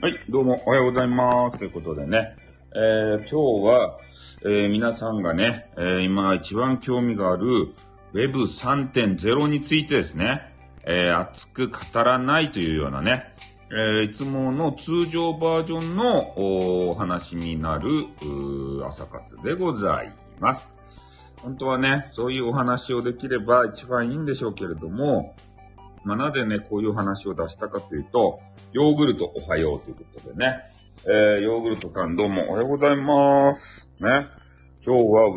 はい、どうもおはようございます。ということでね、今日は、皆さんがね、今一番興味がある Web3.0 についてですね、熱く語らないというようなね、いつもの通常バージョンのお話になる朝活でございます。本当はね、そういうお話をできれば一番いいんでしょうけれども、なぜね、こういう話を出したかというと、ヨーグルトおはようということでね、ヨーグルトさんどうもおはようございます。ね。今日は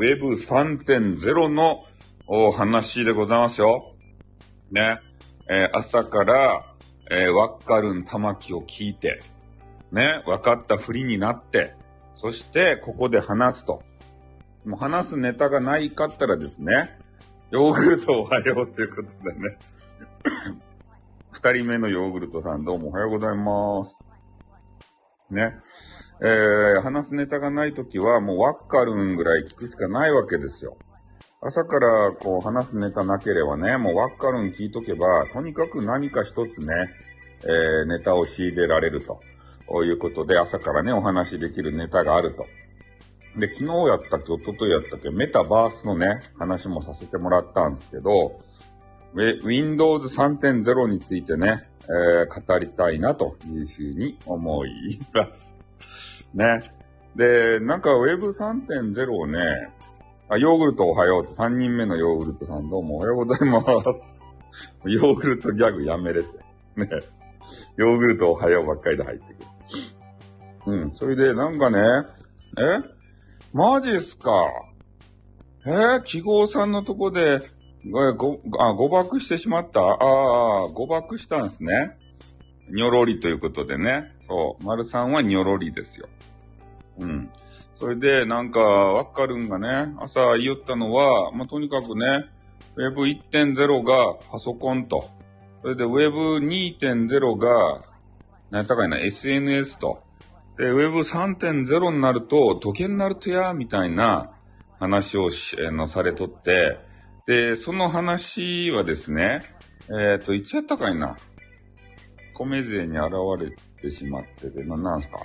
Web3.0 のお話でございますよ。ね。朝から、ワッカルン玉木を聞いて、ね、分かったふりになって、そしてここで話すと。もう話すネタがないかったらですね、ヨーグルトおはようということでね。二人目のヨーグルトさんどうもおはようございます。ね。話すネタがないときはもうワッカルンぐらい聞くしかないわけですよ。朝からこう話すネタなければね、もうワッカルン聞いとけば、とにかく何か一つね、ネタを仕入れられるということで、朝からね、お話できるネタがあると。で、昨日やったっけ、一昨日やったっけ、メタバースのね、話もさせてもらったんですけど、Windows 3.0 についてね、語りたいなというふうに思います。ね。で、なんか Web 3.0 をね、ヨーグルトおはようって3人目のヨーグルトさんどうもおはようございます。ヨーグルトギャグやめれて。ね。ヨーグルトおはようばっかりで入ってくる。それでなんかね、マジっすか。記号さんのとこで、誤爆してしまった。誤爆したんですね。ニョロリということでね。そう。丸さんはニョロリですよ。それで、なんか、ワッカルンがね、朝言ったのは、とにかくね、Web 1.0 がパソコンと。それで Web 2.0 が、何やったかいな、SNS と。で、Web 3.0 になると、時計になるとや、みたいな話をされとって、で、その話はですね、いつやったかいな。米勢に現れてしまってて、なんすか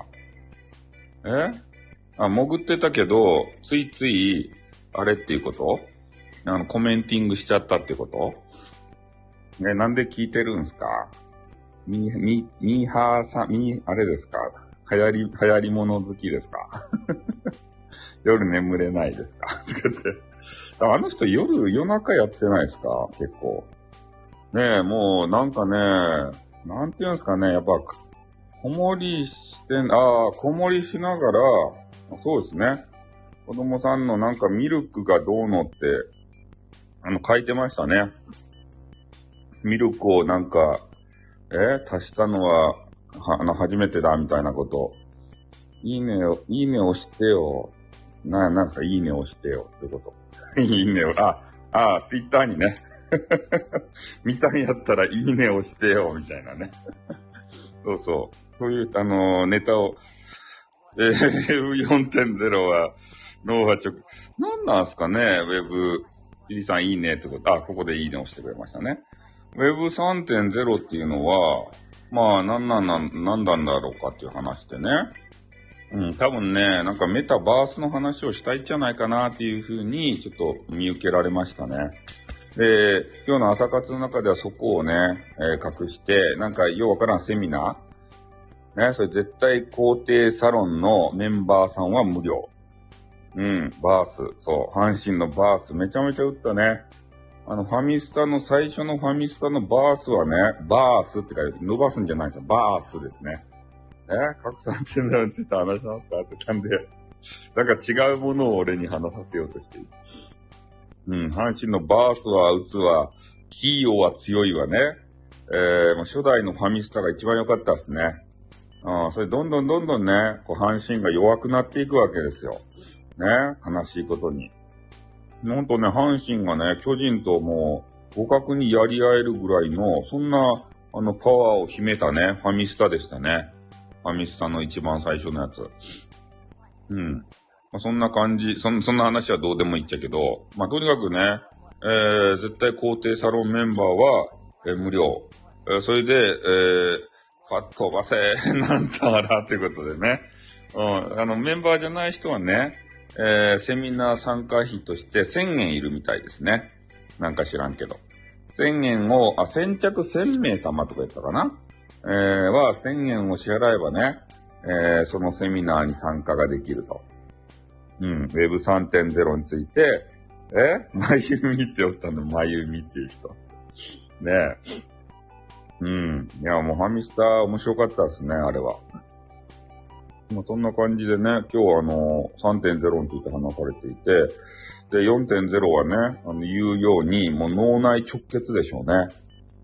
潜ってたけど、ついつい、あれっていうこと？コメンティングしちゃったっていうこと？ね、なんで聞いてるんすか？ミーハーさん、あれですか？流行り物好きですか？夜眠れないですか？あの人夜中やってないですか？結構。ねえ、もうなんかね、なんていうんですかね、やっぱ、子守りしながら、そうですね。子供さんのなんかミルクがどうのって、書いてましたね。ミルクをなんか、足したのは、初めてだ、みたいなこと。いいね押してよ。なんですか、いいね押してよ、ってこと。いいねを、ツイッターにね。見たんやったらいいね押してよ、みたいなね。そういう、ネタを、4.0 は、脳波直、なんすかね、ウェブ、ピリさんいいねってこと、ここでいいね押してくれましたね。ウェブ 3.0 っていうのは、なんだろうかっていう話でね。多分ね、なんかメタバースの話をしたいんじゃないかなっていうふうに、ちょっと見受けられましたね。で、今日の朝活の中ではそこをね、隠して、なんかようわからんセミナーね、それ絶対肯定サロンのメンバーさんは無料。バース。そう、阪神のバースめちゃめちゃ打ったね。ファミスタの最初のファミスタのバースはね、バースって書いて、伸ばすんじゃないですよ。バースですね。拡散っていうのについて話しますかって言ったんで、なんか違うものを俺に話させようとしている。阪神のバースは打つわ、キーオは強いわね。もう初代のファミスタが一番良かったですね。それどんどんね、こう阪神が弱くなっていくわけですよ。ね、悲しいことに。ほんとね、阪神がね、巨人ともう互角にやり合えるぐらいの、そんな、パワーを秘めたね、ファミスタでしたね。ファミスタの一番最初のやつ。そんな感じ、そんな話はどうでもいいっちゃけど、とにかくね、絶対肯定サロンメンバーは、無料。それで、 かっ飛ばせ、なんたらということでね。メンバーじゃない人はね、セミナー参加費として1000円いるみたいですね。なんか知らんけど。1000円を、先着1000名様とか言ったかなは1000円を支払えばね、そのセミナーに参加ができると。Web3.0 について、まゆみっておったんだ、まゆみっていう人。ねいや、もうファミスタ面白かったですね、あれは。そんな感じでね、今日は3.0 について話されていて、で、4.0 はね、言うように、もう脳内直結でしょうね。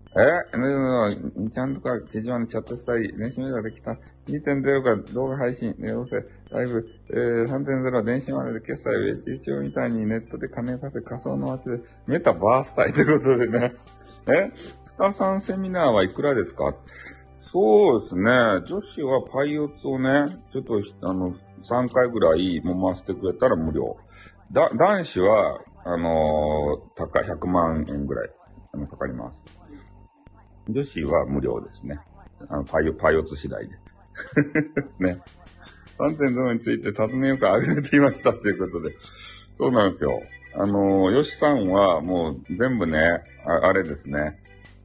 ちゃんとか、手順にチャットしたり、電子メールができた。2.0 が動画配信、どうせ、ライブ、3.0 は電子マネーで決済、YouTube みたいにネットで金を稼ぐ仮想の街で、メタバースタイということでね。スタさんセミナーはいくらですか？そうですね。女子はパイオツをね、ちょっと、3回ぐらい揉ませてくれたら無料。男子は、高い100万円ぐらい、かかります。女子は無料ですね。パイオツ次第で。ね。3.0 について尋ねようか挙げていましたということで。そうなんですよ。ヨシさんはもう全部ね、あれですね。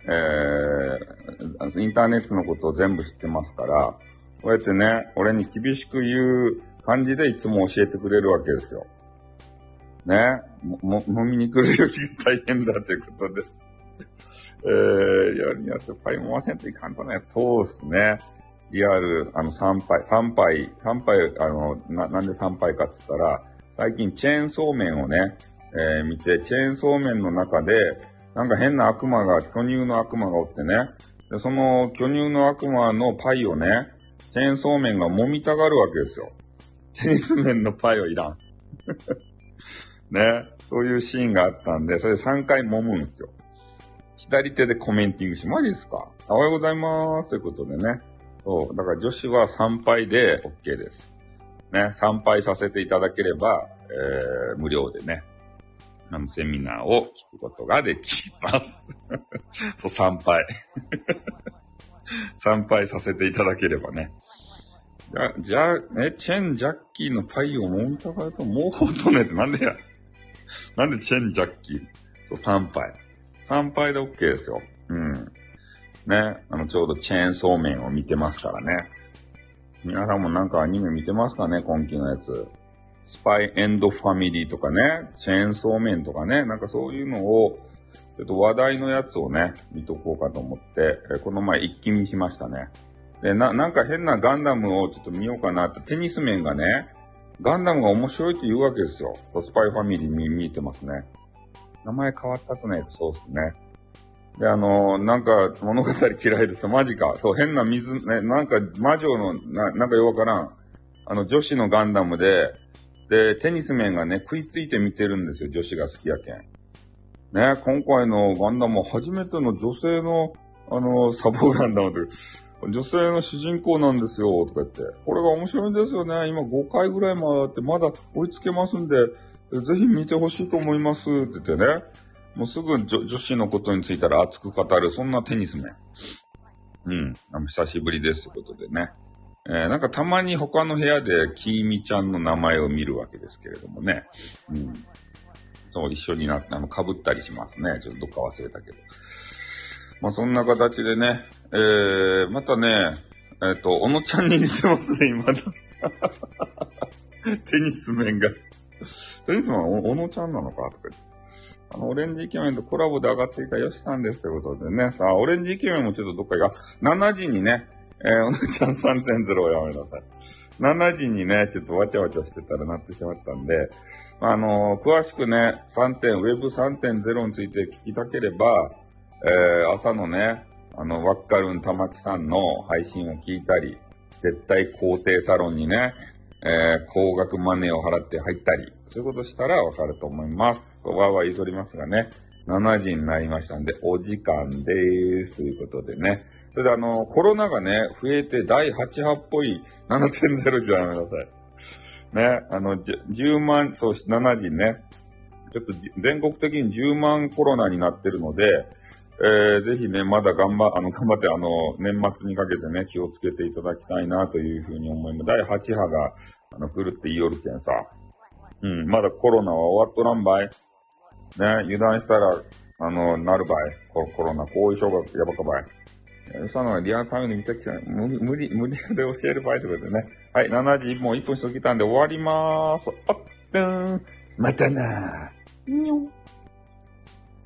インターネットのことを全部知ってますから、こうやってね、俺に厳しく言う感じでいつも教えてくれるわけですよ。ね。飲みに来るより大変だということで。リアルにやってパイもませんといかんとね。そうですね。リアル、参拝、なんで参拝かっつったら、最近チェーンソーメンをね、見て、チェーンソーメンの中で、なんか変な悪魔が、巨乳の悪魔がおってね、で、その巨乳の悪魔のパイをね、チェーンソーメンが揉みたがるわけですよ。テニス面のパイをいらん。ね、そういうシーンがあったんで、それで3回揉むんですよ。左手でコメンティングし、マジですか？おはようございます。ということでね。そう。だから女子は参拝で OK です。ね。参拝させていただければ、無料でね、セミナーを聞くことができます。そう、参拝。参拝させていただければね。じゃあ、チェン・ジャッキーのパイをもみたがると、もうほとんどってなんでや？なんでチェン・ジャッキー？そう、参拝。参拝で OK ですよ。ね。ちょうどチェーンソーメンを見てますからね。皆さんもなんかアニメ見てますかね？今期のやつ。スパイエンドファミリーとかね。チェーンソーメンとかね。なんかそういうのを、ちょっと話題のやつをね、見とこうかと思って、この前一気見しましたね。で、なんか変なガンダムをちょっと見ようかなって、テニス面がね、ガンダムが面白いって言うわけですよ。スパイファミリー見てますね。名前変わったとね、そうですね。で、なんか物語嫌いですよ。マジか。そう、変な水、ね、なんか魔女の、なんかよわからん。女子のガンダムで、テニス面がね、食いついて見てるんですよ。女子が好きやけん。ね、今回のガンダムは初めての女性の、サボガンダムで、女性の主人公なんですよ、とか言って。これが面白いんですよね。今5回ぐらいまであって、まだ追いつけますんで、ぜひ見てほしいと思います、って言ってね。もうすぐ女子のことについたら熱く語る、そんなテニス面。久しぶりです、ということでね。なんかたまに他の部屋できーみちゃんの名前を見るわけですけれどもね。そう、一緒になって、被ったりしますね。ちょっとどっか忘れたけど。まあ、そんな形でね、またね、小野ちゃんに似てますね、今だ。テニス面が。テニス面は小野ちゃんなのかとか言って。オレンジイケメンとコラボで上がっていたヨシさんですということでね。さあ、オレンジイケメンもちょっとどっかが、7時にね、小野ちゃん 3.0 をやめなさい。7時にね、ちょっとわちゃわちゃしてたらなってしまったんで、詳しくね、Web3.0 について聞きたければ、朝のね、ワッカルン玉木さんの配信を聞いたり、絶対肯定サロンにね、高額マネーを払って入ったり、そういうことしたらわかると思います。わーわー言うとりますがね、7時になりましたんで、お時間でーす。ということでね。それでコロナがね、増えて第8波っぽい 7.0 じゃやめなさい。ね、10万、7時ね。ちょっと全国的に10万コロナになってるので、 ぜひね、まだ頑張って年末にかけてね、気をつけていただきたいなというふうに思います。第8波が、来るって言いよるけんさ。まだコロナは終わっとらんばい。ね、油断したら、なるばい。コロナ後遺症がやばかばい。そのリアルタイムで見たきゃ、無理で教える場合ということでね。はい、7時もう1分過ぎたんで終わりまーす。あっ、またなー。にょん。